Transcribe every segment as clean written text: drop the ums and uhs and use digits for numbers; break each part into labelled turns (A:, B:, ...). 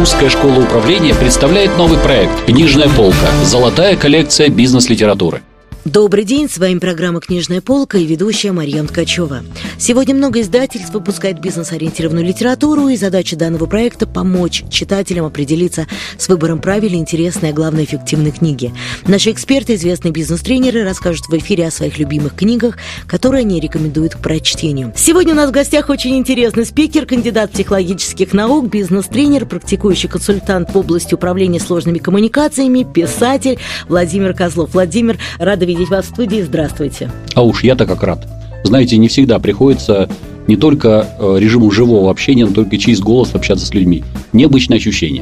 A: Русская школа управления представляет новый проект «Книжная полка. Золотая коллекция бизнес-литературы».
B: Добрый день, с вами программа «Книжная полка» и ведущая Марьяна Ткачева. Сегодня много издательств выпускает бизнес-ориентированную литературу, и задача данного проекта – помочь читателям определиться с выбором правильной, интересной, а главное, эффективной книги. Наши эксперты, известные бизнес-тренеры, расскажут в эфире о своих любимых книгах, которые они рекомендуют к прочтению. Сегодня у нас в гостях очень интересный спикер, кандидат психологических наук, бизнес-тренер, практикующий консультант в области управления сложными коммуникациями, писатель Владимир Козлов. Владимир, рада видеть вас в студии. Здравствуйте.
A: А уж я-то как рад. Знаете, не всегда приходится не только режиму живого общения, но только через голос общаться с людьми. Необычное ощущение.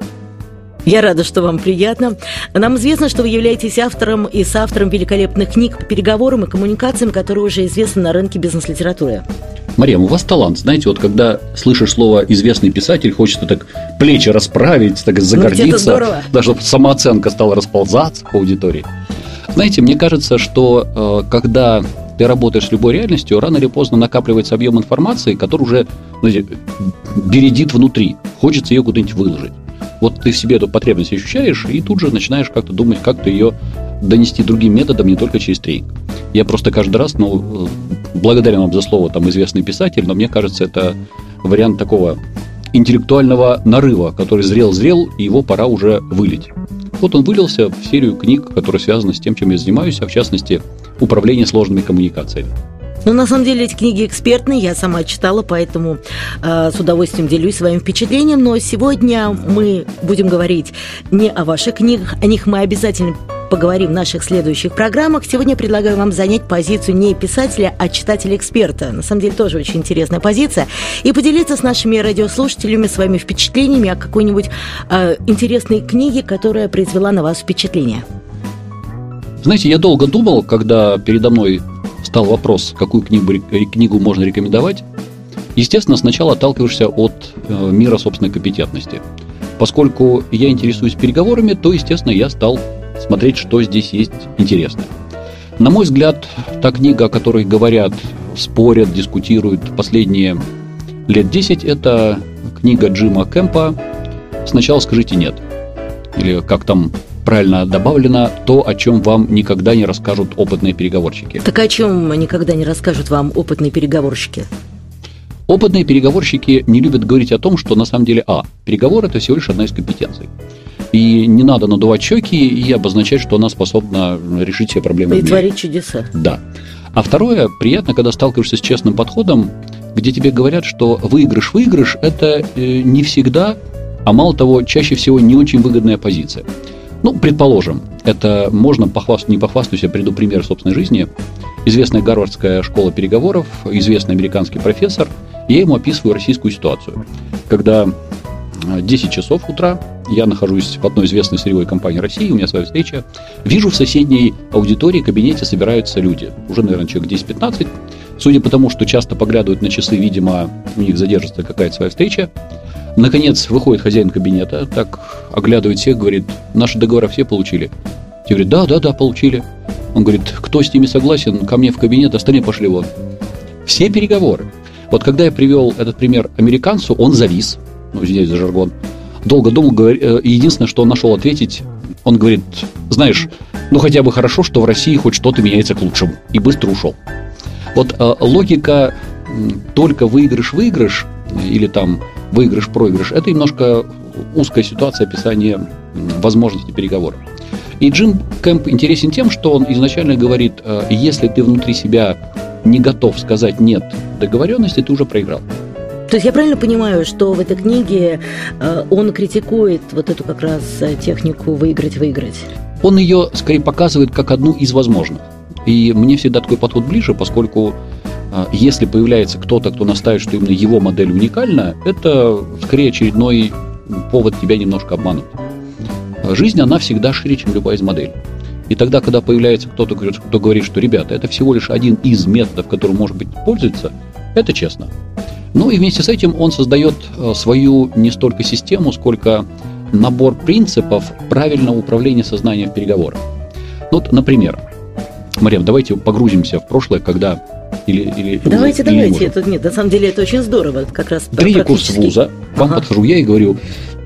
B: Я рада, что вам приятно. Нам известно, что вы являетесь автором и соавтором великолепных книг по переговорам и коммуникациям, которые уже известны на рынке бизнес-литературы.
A: Марьям, у вас талант. Знаете, вот когда слышишь слово «известный писатель», хочется так плечи расправить, так загордиться, даже самооценка стала расползаться по аудитории. Знаете, мне кажется, что когда ты работаешь с любой реальностью, рано или поздно накапливается объем информации, который уже, знаете, бередит внутри. Хочется ее куда-нибудь выложить. Вот ты в себе эту потребность ощущаешь, и тут же начинаешь как-то думать, как ты ее донести другим методом, не только через тренинг. Я просто каждый раз, благодарен вам за слово «известный писатель», но мне кажется, это вариант такого интеллектуального нарыва, который зрел, и его пора уже вылить. Вот он вылился в серию книг, которые связаны с тем, чем я занимаюсь, а в частности, управление сложными коммуникациями.
B: На самом деле эти книги экспертные, я сама читала, поэтому с удовольствием делюсь своим впечатлением. Но сегодня мы будем говорить не о ваших книгах, о них мы обязательно поговорим в наших следующих программах. Сегодня я предлагаю вам занять позицию не писателя, а читателя-эксперта. На самом деле тоже очень интересная позиция. И поделиться с нашими радиослушателями своими впечатлениями о какой-нибудь интересной книге, которая произвела на вас впечатление.
A: Знаете, я долго думал, когда передо мной стал вопрос, какую книгу можно рекомендовать. Естественно, сначала отталкиваешься от мира собственной компетентности. Поскольку я интересуюсь переговорами, то, естественно, я стал смотреть, что здесь есть интересное. На мой взгляд, та книга, о которой говорят, спорят, дискутируют последние лет 10, это книга Джима Кэмпа «Сначала скажите нет». Или, как там правильно добавлено, то, о чем вам никогда не расскажут опытные переговорщики.
B: Так о чем никогда не расскажут вам опытные переговорщики?
A: Опытные переговорщики не любят говорить о том, что на самом деле переговор – это всего лишь одна из компетенций. И не надо надувать щеки и обозначать, что она способна решить все проблемы.
B: И творить чудеса.
A: Да. А второе, приятно, когда сталкиваешься с честным подходом, где тебе говорят, что выигрыш – это не всегда, а мало того, чаще всего не очень выгодная позиция. Предположим, это можно не похвастаюсь, я приду пример собственной жизни. Известная Гарвардская школа переговоров, известный американский профессор, я ему описываю российскую ситуацию. Когда 10 часов утра, я нахожусь в одной известной сырьевой компании России, у меня своя встреча, вижу в соседней аудитории, кабинете собираются люди, уже, наверное, человек 10-15, судя по тому, что часто поглядывают на часы, видимо, у них задержится какая-то своя встреча. Наконец, выходит хозяин кабинета, так оглядывает всех, говорит: наши договоры все получили? Те говорят: да, получили. Он говорит: кто с ними согласен, ко мне в кабинет, остальные пошли вон. Все переговоры. Вот когда я привел этот пример американцу, он завис, извиняюсь за жаргон, долго думал, и единственное, что он нашел ответить, он говорит: знаешь, хотя бы хорошо, что в России хоть что-то меняется к лучшему, и быстро ушел. Вот логика только выигрыш-выигрыш, или там выигрыш-проигрыш, это немножко узкая ситуация описания возможностей переговоров. И Джим Кэмп интересен тем, что он изначально говорит: если ты внутри себя не готов сказать «нет» договоренности, ты уже проиграл.
B: То есть я правильно понимаю, что в этой книге он критикует вот эту как раз технику выиграть-выиграть?
A: Он ее скорее показывает как одну из возможных. И мне всегда такой подход ближе, поскольку если появляется кто-то, кто настаивает, что именно его модель уникальна, это скорее очередной повод тебя немножко обмануть. Жизнь, она всегда шире, чем любая из моделей. И тогда, когда появляется кто-то, кто говорит, что, ребята, это всего лишь один из методов, которым, может быть, пользуется, это честно. И вместе с этим он создает свою не столько систему, сколько набор принципов правильного управления сознанием в переговорах. Например, Марьям, давайте погрузимся в прошлое, когда
B: Давайте. Это, нет, на самом деле это очень здорово. Как раз
A: третий курс вуза, вам подхожу я и говорю: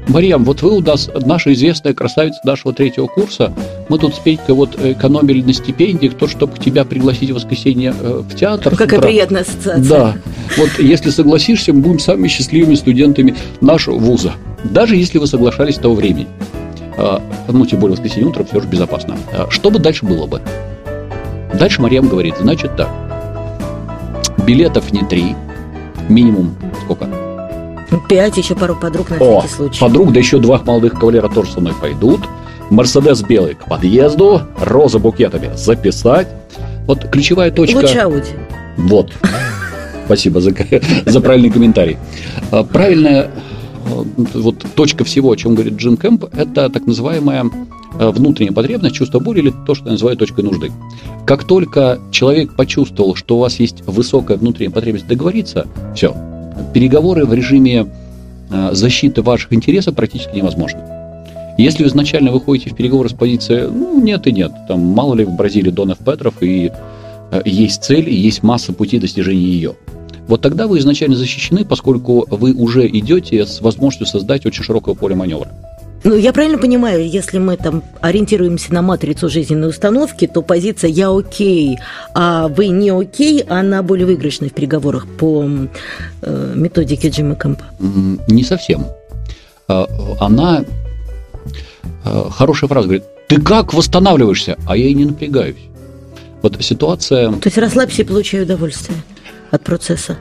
A: Марьям, вот вы у нас наша известная красавица нашего 3-го курса. Мы тут с Петькой вот экономили на стипендиях, чтобы тебя пригласить в воскресенье в театр.
B: Какая приятная ассоциация.
A: Да. Вот если согласишься, мы будем самыми счастливыми студентами нашего вуза. Даже если вы соглашались в того времени. Тем более в воскресенье утром все же безопасно. Что бы дальше было бы? Дальше Марьям говорит, значит так. Билетов не 3, минимум сколько?
B: 5, еще пару подруг на всякий случай.
A: Подруг, да еще 2 молодых кавалера тоже со мной пойдут. Мерседес белый к подъезду, роза букетами записать. Вот ключевая точка.
B: Лучше Ауди.
A: Вот. Спасибо за правильный комментарий. Правильная вот точка всего, о чем говорит Джим Кэмп, это так называемая внутренняя потребность, чувство боли или то, что я называю точкой нужды. Как только человек почувствовал, что у вас есть высокая внутренняя потребность договориться, все. Переговоры в режиме защиты ваших интересов практически невозможны. Если вы изначально выходите в переговоры с позиции нет и нет, там мало ли в Бразилии Донов Петров, и есть цель, и есть масса путей достижения ее. Вот тогда вы изначально защищены, поскольку вы уже идете с возможностью создать очень широкое поле маневра.
B: Я правильно понимаю, если мы там ориентируемся на матрицу жизненной установки, то позиция «я окей», а вы не окей, она более выигрышная в переговорах по методике Джима Кэмпа?
A: Не совсем. Она... Хорошая фраза, говорит, ты как восстанавливаешься? А я и не напрягаюсь. Вот ситуация...
B: То есть расслабься и получай удовольствие от процесса.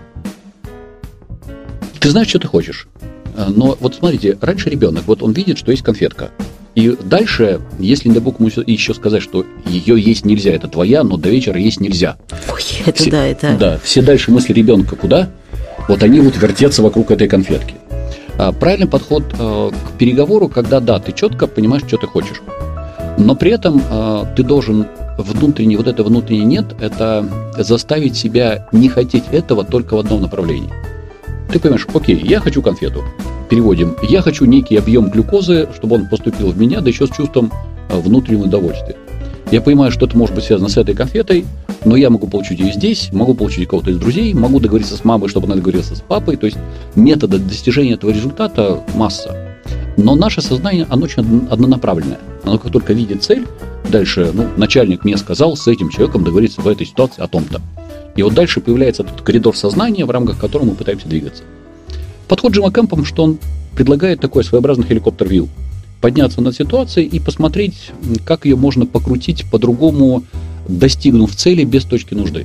A: Ты знаешь, что ты хочешь. Но вот смотрите, раньше ребенок, вот он видит, что есть конфетка. И дальше, если, не дай бог, ему еще сказать, что ее есть нельзя, это твоя, но до вечера есть нельзя.
B: Ой, это все, да, это...
A: Да, все дальше мысли ребенка куда? Вот они вот вертятся вокруг этой конфетки. Правильный подход к переговору, когда, да, ты четко понимаешь, что ты хочешь. Но при этом ты должен внутренне, вот это внутреннее «нет», это заставить себя не хотеть этого только в одном направлении. Ты понимаешь, окей, я хочу конфету. Переводим. Я хочу некий объем глюкозы, чтобы он поступил в меня, да еще с чувством внутреннего удовольствия. Я понимаю, что это может быть связано с этой конфетой, но я могу получить ее здесь, могу получить кого-то из друзей, могу договориться с мамой, чтобы она договорилась с папой. То есть метода достижения этого результата масса. Но наше сознание, оно очень однонаправленное. Оно как только видит цель, дальше, начальник мне сказал с этим человеком договориться в этой ситуации о том-то. И вот дальше появляется этот коридор сознания, в рамках которого мы пытаемся двигаться. Подход Джима Кэмпа, что он предлагает такой своеобразный хеликоптер-вью. Подняться над ситуацией и посмотреть, как ее можно покрутить по-другому, достигнув цели без точки нужды.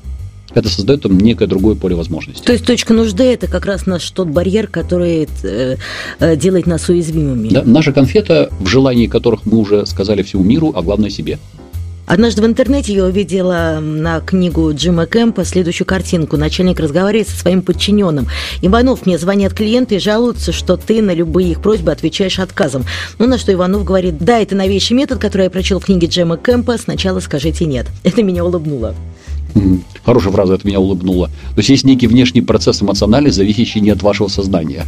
A: Это создает там некое другое поле возможностей.
B: То есть точка нужды – это как раз наш тот барьер, который делает нас уязвимыми.
A: Да, наша конфета, в желании которых мы уже сказали всему миру, а главное себе.
B: Однажды в интернете я увидела на книгу Джима Кэмпа следующую картинку. Начальник разговаривает со своим подчиненным. Иванов, мне звонят клиенты и жалуются, что ты на любые их просьбы отвечаешь отказом. На что Иванов говорит, да, это новейший метод, который я прочел в книге Джима Кэмпа, сначала скажите нет. Это меня улыбнуло.
A: Хорошая фраза, это меня улыбнуло. То есть есть некий внешний процесс эмоциональный, зависящий не от вашего сознания.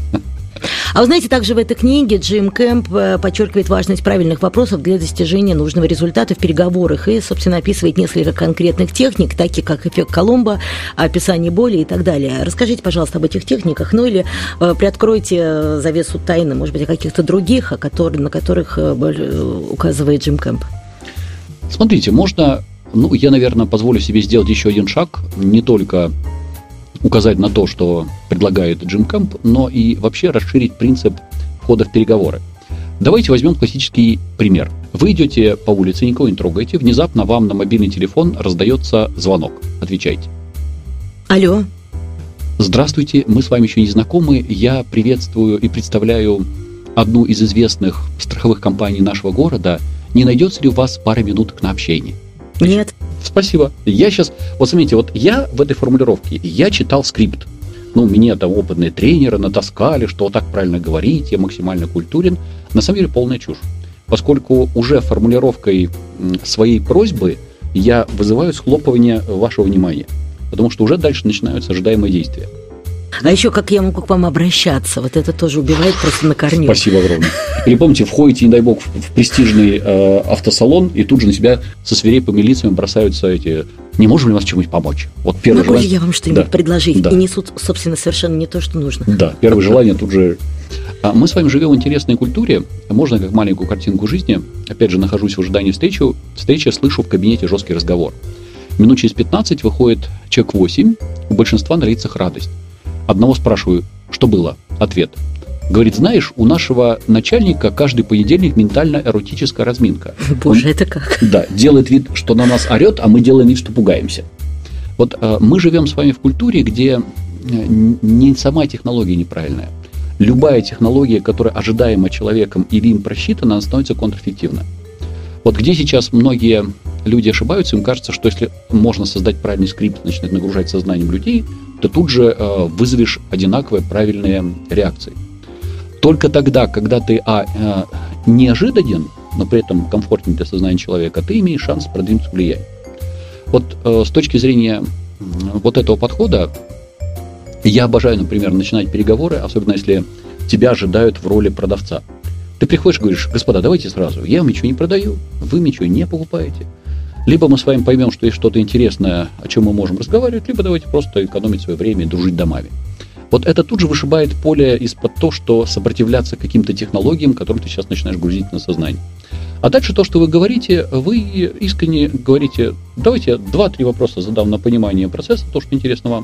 B: А вы знаете, также в этой книге Джим Кэмп подчеркивает важность правильных вопросов для достижения нужного результата в переговорах и, собственно, описывает несколько конкретных техник, такие как эффект Коломбо, описание боли и так далее. Расскажите, пожалуйста, об этих техниках, или приоткройте завесу тайны, может быть, о каких-то других, на которых указывает Джим Кэмп.
A: Смотрите, можно, я, наверное, позволю себе сделать еще один шаг, не только указать на то, что предлагает Джим Кэмп, но и вообще расширить принцип входа в переговоры. Давайте возьмем классический пример. Вы идете по улице, никого не трогаете, внезапно вам на мобильный телефон раздается звонок. Отвечайте.
B: Алло.
A: Здравствуйте, мы с вами еще не знакомы. Я приветствую и представляю одну из известных страховых компаний нашего города. Не найдется ли у вас пары минут на общение?
B: Нет.
A: Спасибо. Я сейчас, вот смотрите, я в этой формулировке, я читал скрипт. Меня там опытные тренеры натаскали, что вот так правильно говорить, я максимально культурен. На самом деле полная чушь. Поскольку уже формулировкой своей просьбы я вызываю схлопывание вашего внимания. Потому что уже дальше начинаются ожидаемые действия.
B: А еще как я могу к вам обращаться? Вот это тоже убивает просто на корню.
A: Спасибо огромное. Или помните, входите, не дай бог, в престижный автосалон, и тут же на себя со свирепыми лицами бросаются эти: не можем ли вас чем-нибудь помочь? Вот первое
B: желание. Могу ли я вам что-нибудь предложить?
A: Да.
B: И несут, собственно, совершенно не то, что нужно.
A: Да, первое желание тут же. Мы с вами живем в интересной культуре. Можно как маленькую картинку жизни. Опять же, нахожусь в ожидании встречи, слышу в кабинете жесткий разговор. Минут через 15 выходит человек 8, у большинства на лицах радость. Одного спрашиваю, что было? Ответ. Говорит: знаешь, у нашего начальника каждый понедельник ментально-эротическая разминка.
B: Боже, это как?
A: Да, делает вид, что на нас орет, а мы делаем вид, что пугаемся. Вот мы живем с вами в культуре, где не сама технология неправильная. Любая технология, которая ожидаема человеком или им просчитана, она становится контрэффективна. Вот где сейчас многие люди ошибаются, им кажется, что если можно создать правильный скрипт, начинать нагружать сознанием людей, то тут же вызовешь одинаковые правильные реакции. Только тогда, когда ты неожиданен, но при этом комфортен для сознания человека, ты имеешь шанс продвинуться в влиянии. Вот с точки зрения вот этого подхода, я обожаю, например, начинать переговоры, особенно если тебя ожидают в роли продавца. Ты приходишь и говоришь: господа, давайте сразу, я вам ничего не продаю, вы ничего не покупаете. Либо мы с вами поймем, что есть что-то интересное, о чем мы можем разговаривать, либо давайте просто экономить свое время и дружить домами. Вот это тут же вышибает поле из-под того, что сопротивляться каким-то технологиям, которым ты сейчас начинаешь грузить на сознание. А дальше то, что вы говорите, вы искренне говорите: давайте 2-3 вопроса задам на понимание процесса, то, что интересно вам.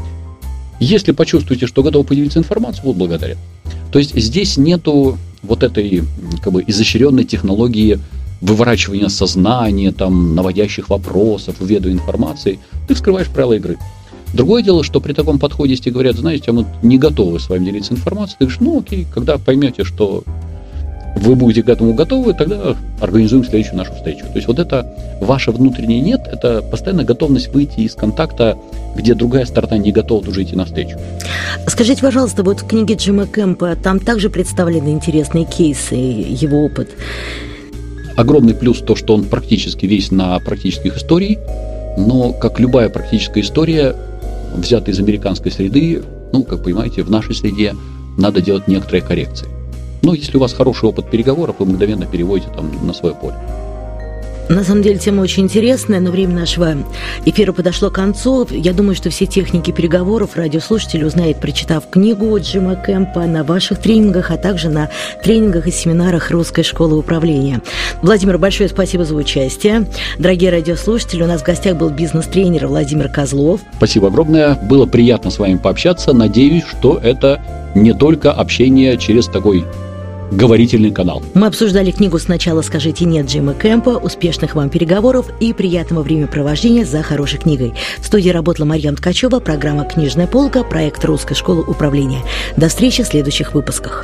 A: Если почувствуете, что готовы поделиться информацией, будут благодарен. То есть здесь нету вот этой изощренной технологии выворачивания сознания, наводящих вопросов, выведывания информации. Ты вскрываешь правила игры. Другое дело, что при таком подходе, если говорят: знаете, мы не готовы с вами делиться информацией, ты говоришь: окей, когда поймете, что вы будете к этому готовы, тогда организуем следующую нашу встречу. То есть вот это ваше внутреннее «нет», это постоянная готовность выйти из контакта, где другая сторона не готова уже идти навстречу.
B: Скажите, пожалуйста, вот в книге Джима Кэмпа там также представлены интересные кейсы, его опыт.
A: Огромный плюс то, что он практически весь на практических историях, но, как любая практическая история, взятая из американской среды, как понимаете, в нашей среде надо делать некоторые коррекции. Но если у вас хороший опыт переговоров, вы мгновенно переводите на свое поле.
B: На самом деле тема очень интересная, но время нашего эфира подошло к концу. Я думаю, что все техники переговоров радиослушатели узнают, прочитав книгу Джима Кэмпа, на ваших тренингах, а также на тренингах и семинарах Русской школы управления. Владимир, большое спасибо за участие. Дорогие радиослушатели, у нас в гостях был бизнес-тренер Владимир Козлов.
A: Спасибо огромное. Было приятно с вами пообщаться. Надеюсь, что это не только общение через такой говорительный канал.
B: Мы обсуждали книгу «Сначала скажите нет» Джима Кэмпа. Успешных вам переговоров и приятного времяпровождения за хорошей книгой. В студии работала Марьям Ткачева, программа «Книжная полка», проект Русской школы управления. До встречи в следующих выпусках.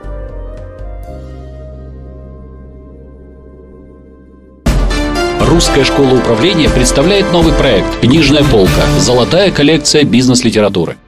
A: Русская школа управления представляет новый проект «Книжная полка. Золотая коллекция бизнес-литературы».